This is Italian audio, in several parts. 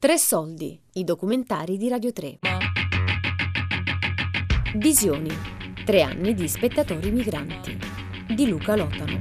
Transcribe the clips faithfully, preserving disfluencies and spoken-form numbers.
Tre soldi, i documentari di Radio tre. Visioni, tre anni di spettatori migranti, di Luca Lotano.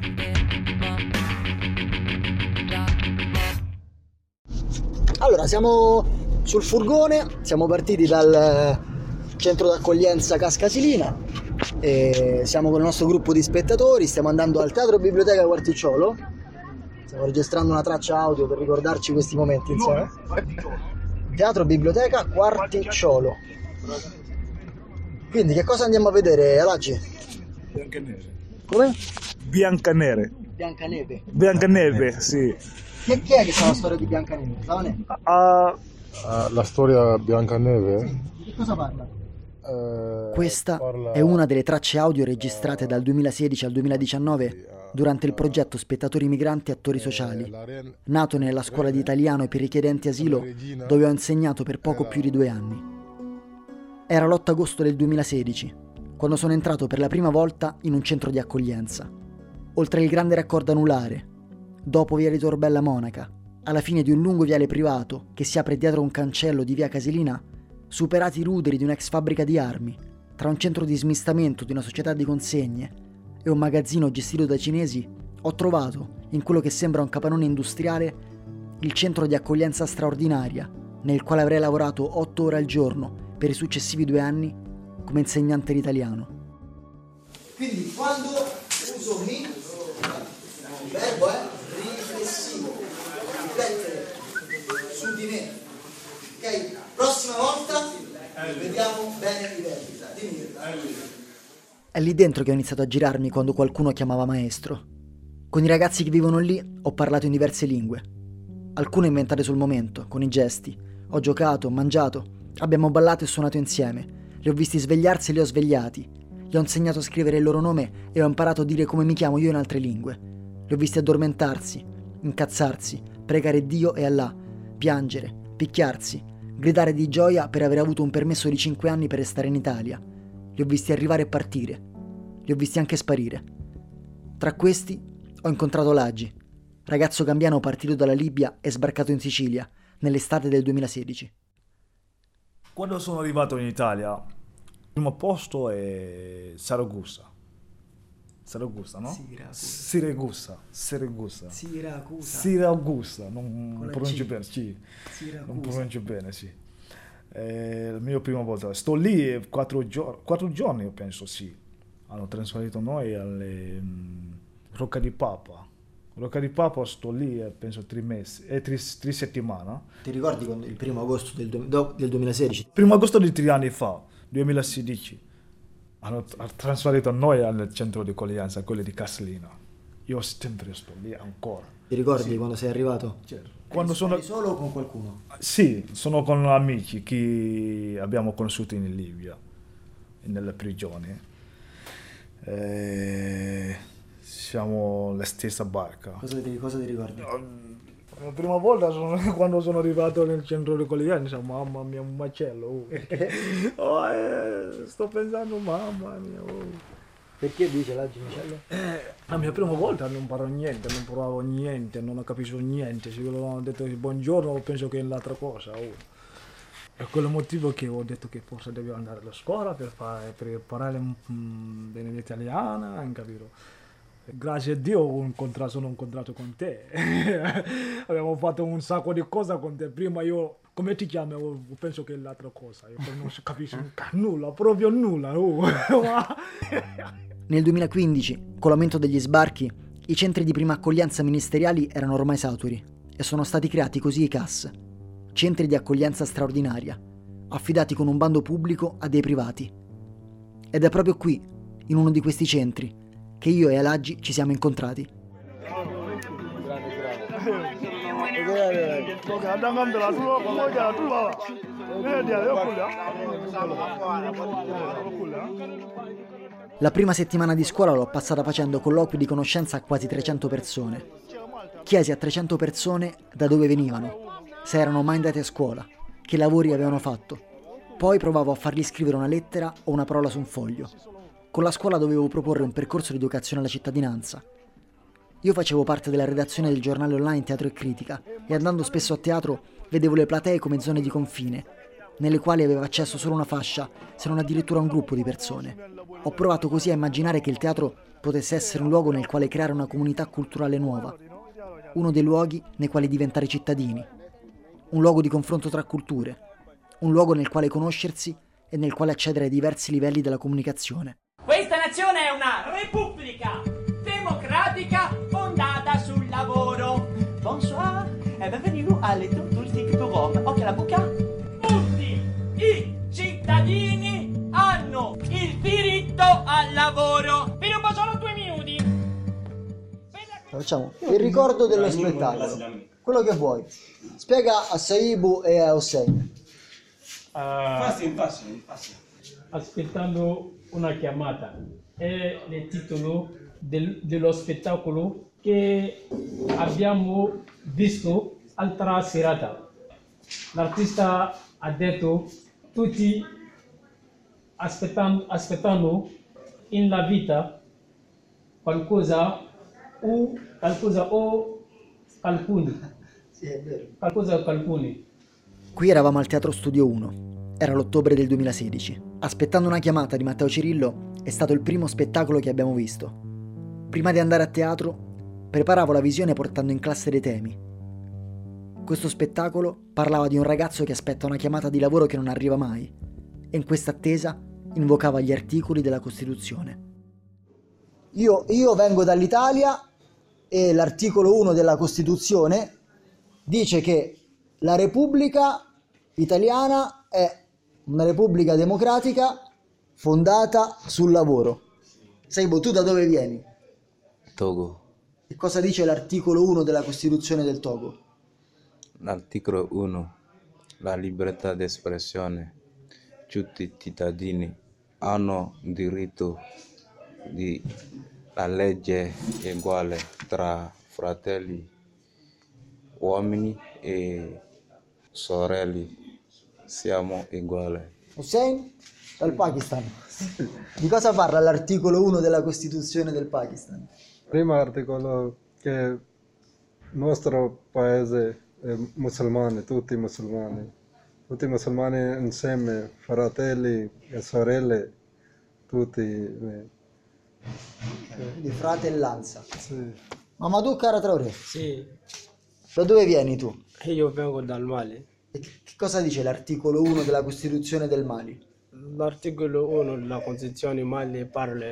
Allora, siamo sul furgone, siamo partiti dal centro d'accoglienza Cascasilina e siamo con il nostro gruppo di spettatori, stiamo andando al Teatro Biblioteca Quarticciolo. Stiamo registrando una traccia audio per ricordarci questi momenti insieme. Teatro Biblioteca Quarticciolo. Quindi che cosa andiamo a vedere, Alaggi? Biancaneve. Come? Biancaneve. Biancaneve. Biancaneve, sì. Che, chi è che sa la storia di Biancaneve? Savane? Uh, Uh, la storia Biancaneve? Sì. Di cosa parla? Uh, Questa parla... è una delle tracce audio registrate dal duemilasedici al duemiladiciannove durante il progetto Spettatori Migranti Attori Sociali, nato nella scuola di italiano per richiedenti asilo dove ho insegnato per poco più di due anni. Era l'otto agosto del duemilasedici, quando sono entrato per la prima volta in un centro di accoglienza. Oltre il grande raccordo anulare, dopo via di Torbella Monaca, alla fine di un lungo viale privato che si apre dietro un cancello di via Casilina, superati i ruderi di un'ex fabbrica di armi, tra un centro di smistamento di una società di consegne e un magazzino gestito da cinesi, ho trovato, in quello che sembra un capannone industriale, il centro di accoglienza straordinaria, nel quale avrei lavorato otto ore al giorno per i successivi due anni come insegnante di italiano. Quindi quando uso mi, il verbo è riflessivo, riflettere su di me. Ok? Prossima volta vediamo bene i verbi. Dimmi. È lì dentro che ho iniziato a girarmi quando qualcuno chiamava maestro. Con i ragazzi che vivono lì ho parlato in diverse lingue. Alcune inventate sul momento, con i gesti. Ho giocato, ho mangiato, abbiamo ballato e suonato insieme. Li ho visti svegliarsi e li ho svegliati. Gli ho insegnato a scrivere il loro nome e ho imparato a dire come mi chiamo io in altre lingue. Li ho visti addormentarsi, incazzarsi, pregare Dio e Allah, piangere, picchiarsi, gridare di gioia per aver avuto un permesso di cinque anni per restare in Italia. Li ho visti arrivare e partire. Li ho visti anche sparire. Tra questi ho incontrato Laggi, ragazzo gambiano partito dalla Libia e sbarcato in Sicilia nell'estate del duemilasedici. Quando sono arrivato in Italia, il primo posto è Saragossa. Saragossa, no? Siracusa. Siracusa. Siracusa. Siracusa, non pronuncio C. bene, sì. Siracusa. Non pronuncio bene, sì. È la mia prima volta. Sto lì quattro, gior- quattro giorni, io penso, sì. Hanno trasferito noi alle um, Rocca di Papa. Rocca di Papa sto lì, eh, penso, tre mesi, eh, tre, tre settimane. Ti ricordi quando il primo agosto del, du- del duemilasedici? Primo agosto di tre anni fa, duemilasedici, hanno tra- trasferito noi al centro di accoglienza, quello di Casilina. Io sempre sto lì ancora. Ti ricordi Sì. quando sei arrivato? Certo. Quando sono... Eri solo o con qualcuno? Sì, sono con amici che abbiamo conosciuto in Libia, nelle prigioni. E siamo la stessa barca. Cosa ti, cosa ti ricordi? La prima volta sono, quando sono arrivato nel centro di accoglienza, mamma mia, un macello. Oh. Oh, eh, sto pensando, mamma mia. Oh. Perché dice Laggi macello? Eh, la mia prima volta non parlo niente, non provavo niente, non ho capito niente. Se loro hanno detto buongiorno, penso che è un'altra cosa. Oh. È quello motivo che ho detto che forse devo andare alla scuola per, fare, per imparare mm, bene l'italiana, hai capito? Grazie a Dio ho incontrato, sono incontrato con te. Abbiamo fatto un sacco di cose con te. Prima io, come ti chiami? Io penso che è l'altra cosa. Io non capisco nulla, proprio nulla. Oh. Nel duemilaquindici, con l'aumento degli sbarchi, i centri di prima accoglienza ministeriali erano ormai saturi e sono stati creati così i C A S, centri di accoglienza straordinaria, affidati con un bando pubblico a dei privati. Ed è proprio qui, in uno di questi centri, che io e Alaggi ci siamo incontrati. La prima settimana di scuola l'ho passata facendo colloqui di conoscenza a quasi trecento persone. Chiesi a trecento persone da dove venivano, se erano mai andate a scuola, che lavori avevano fatto. Poi provavo a fargli scrivere una lettera o una parola su un foglio. Con la scuola dovevo proporre un percorso di educazione alla cittadinanza. Io facevo parte della redazione del giornale online Teatro e Critica e andando spesso a teatro vedevo le platee come zone di confine, nelle quali aveva accesso solo una fascia, se non addirittura un gruppo di persone. Ho provato così a immaginare che il teatro potesse essere un luogo nel quale creare una comunità culturale nuova, uno dei luoghi nei quali diventare cittadini, un luogo di confronto tra culture, un luogo nel quale conoscersi e nel quale accedere ai diversi livelli della comunicazione. Questa nazione è una repubblica democratica fondata sul lavoro. Bonsoir e benvenuti alle Touristique pour Rome. Ok, la buca? Tutti i cittadini hanno il diritto al lavoro. Vi rubo solo due minuti. Facciamo il ricordo dello spettacolo, quello che vuoi. Spiega a Saibu e a Hossein. Uh, aspettando una chiamata è il titolo del, dello spettacolo che abbiamo visto altra serata. L'artista ha detto tutti aspettando, aspettando in la vita qualcosa o qualcosa o qualcuno. Sì, è vero. Qualcosa o qualcuno. Qui eravamo al Teatro Studio uno, era l'ottobre del duemilasedici. Aspettando una chiamata di Matteo Cirillo è stato il primo spettacolo che abbiamo visto. Prima di andare a teatro, preparavo la visione portando in classe dei temi. Questo spettacolo parlava di un ragazzo che aspetta una chiamata di lavoro che non arriva mai e in questa attesa invocava gli articoli della Costituzione. Io, io vengo dall'Italia e l'articolo uno della Costituzione dice che la Repubblica italiana è una repubblica democratica fondata sul lavoro. Saibo, tu da dove vieni? Togo. E cosa dice l'articolo uno della Costituzione del Togo? L'articolo uno, la libertà d'espressione. Tutti i cittadini hanno diritto di la legge uguale tra fratelli, uomini e sorelle. Siamo uguali. Hussein? Dal Pakistan. Di cosa parla l'articolo uno della Costituzione del Pakistan? Primo articolo che il nostro paese è musulmano, tutti musulmani. Tutti musulmani insieme, fratelli e sorelle, tutti. Okay. Quindi fratellanza. Sì. Mamadou Kara Traoré, Sì, da dove vieni tu? io vengo dal Mali. E che che cosa dice l'articolo uno della Costituzione del Mali? L'articolo uno della Costituzione Mali parla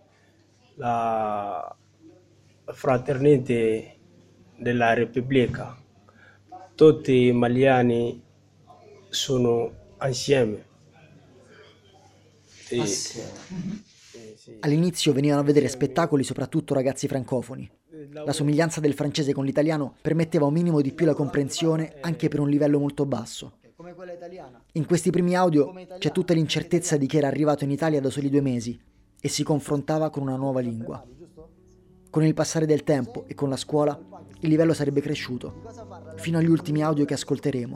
la fraternità della Repubblica. Tutti i maliani sono insieme. E, Assieme. eh, sì. All'inizio venivano a vedere spettacoli soprattutto ragazzi francofoni. La somiglianza del francese con l'italiano permetteva un minimo di più la comprensione anche per un livello molto basso. Come quella italiana. In questi primi audio c'è tutta l'incertezza di chi era arrivato in Italia da soli due mesi e si confrontava con una nuova lingua. Con il passare del tempo e con la scuola il livello sarebbe cresciuto, fino agli ultimi audio che ascolteremo.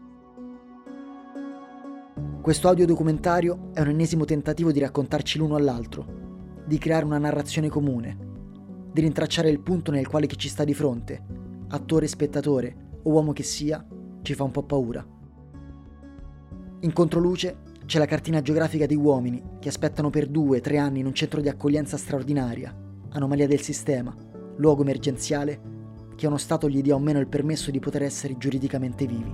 Questo audiodocumentario è un ennesimo tentativo di raccontarci l'uno all'altro, di creare una narrazione comune, di rintracciare il punto nel quale chi ci sta di fronte, attore, spettatore o uomo che sia, ci fa un po' paura. In controluce c'è la cartina geografica di uomini che aspettano per due, tre anni in un centro di accoglienza straordinaria, anomalia del sistema, luogo emergenziale, che a uno Stato gli dia o meno il permesso di poter essere giuridicamente vivi.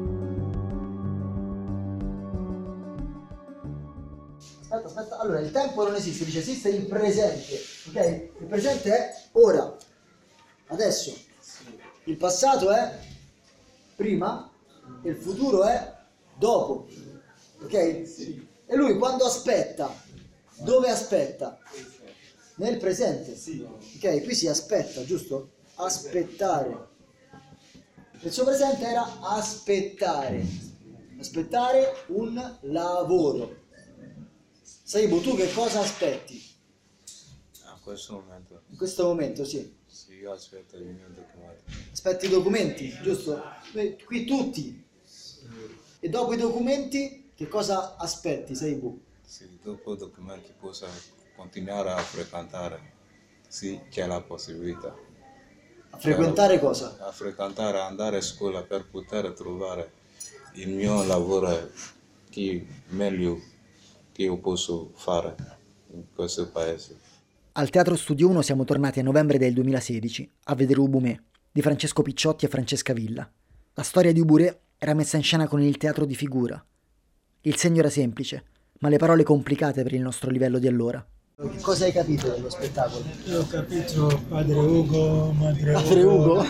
Aspetta, aspetta, allora il tempo non esiste, dice esiste il presente, ok? Il presente è ora, adesso. Il passato è prima e il futuro è dopo, ok? E lui quando aspetta, dove aspetta? Nel presente, ok? Qui si aspetta, giusto? Aspettare. Il suo presente era aspettare, aspettare un lavoro. Saibu, tu che cosa aspetti? A questo momento, In questo momento, sì. sì, io aspetto il mio documento. Aspetti i documenti, giusto? Qui, qui tutti. E dopo i documenti, che cosa aspetti, Saibu? Sì, dopo i documenti posso continuare a frequentare. Sì, c'è la possibilità. A frequentare cosa? A frequentare, andare a scuola per poter trovare il mio lavoro che meglio che io posso fare in questo paese. Al Teatro Studio uno siamo tornati a novembre del duemilasedici a vedere Ubumè di Francesco Picciotti e Francesca Villa. La storia di Uburè era messa in scena con il teatro di figura. Il segno era semplice, ma le parole complicate per il nostro livello di allora. Cosa hai capito dello spettacolo? Io ho capito padre Ugo, madre Ugo. Padre Ugo?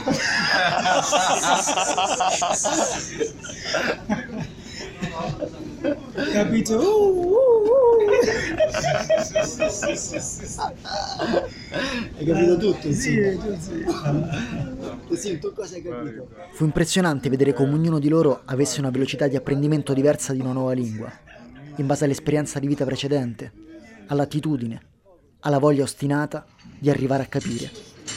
Capito? Uh, uh, uh. Hai capito tutto? Sì, tu sì. Sì, tu cosa hai capito? Fu impressionante vedere come ognuno di loro avesse una velocità di apprendimento diversa di una nuova lingua, in base all'esperienza di vita precedente, all'attitudine, alla voglia ostinata di arrivare a capire.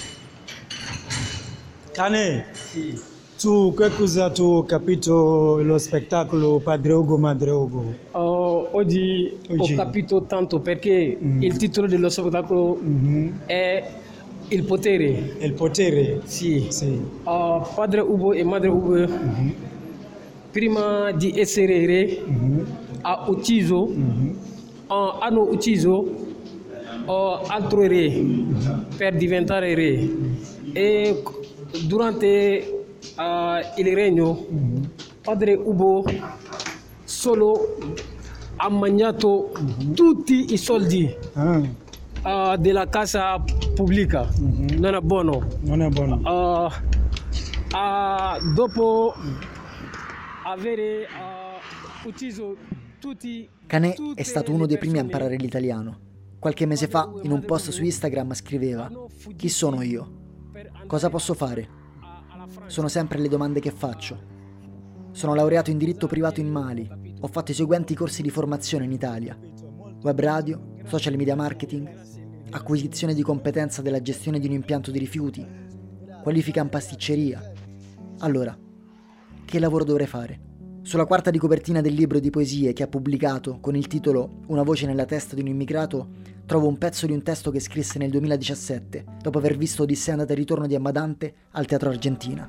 Cane, tu che cosa tu hai capito lo spettacolo Padre Ugo, Madre Ugo? Oh, oggi, Oggi. ho capito tanto perché Mm. il titolo dello spettacolo Mhm. è Il potere. Il potere. Sì. Sì. Oh, padre Ugo e madre Ugo, Mhm. prima di essere re, Mhm. ha ucciso, Mhm. oh, hanno ucciso oh, altro re per diventare re. E durante uh, il regno, padre Ugo solo ha mangiato tutti i soldi Ah, uh, della casa pubblica. Mhm. Non è buono. non è buono. Uh, uh, dopo avere uh, ucciso tutti, Canè tutte è stato uno dei primi a le persone. imparare l'italiano. Qualche mese fa, in un post su Instagram, scriveva: «Chi sono io? Cosa posso fare? Sono sempre le domande che faccio. Sono laureato in diritto privato in Mali. Ho fatto i seguenti corsi di formazione in Italia: web radio, social media marketing, acquisizione di competenza della gestione di un impianto di rifiuti, qualifica in pasticceria. Allora, che lavoro dovrei fare?» Sulla quarta di copertina del libro di poesie che ha pubblicato con il titolo Una voce nella testa di un immigrato, trovo un pezzo di un testo che scrisse nel duemiladiciassette, dopo aver visto Odissea andata e ritorno di Amadante al Teatro Argentina.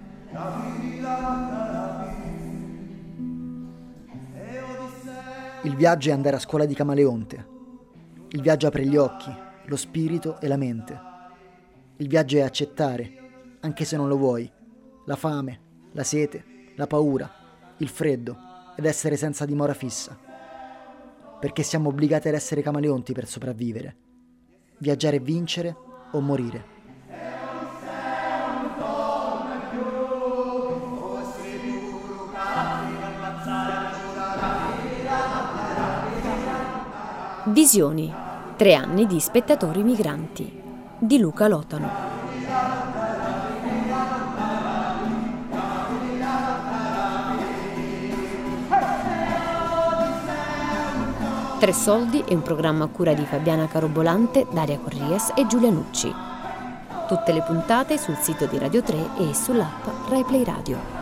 Il viaggio è andare a scuola di Camaleonte. Il viaggio apre gli occhi, lo spirito e la mente. Il viaggio è accettare, anche se non lo vuoi, la fame, la sete, la paura, il freddo ed essere senza dimora fissa. Perché siamo obbligati ad essere camaleonti per sopravvivere. Viaggiare e vincere o morire. Visioni. Tre anni di spettatori migranti. Di Luca Lotano. Tre soldi è un programma a cura di Fabiana Carobolante, Daria Corries e Giulia Nucci. Tutte le puntate sul sito di Radio tre e sull'app Rai Play Radio.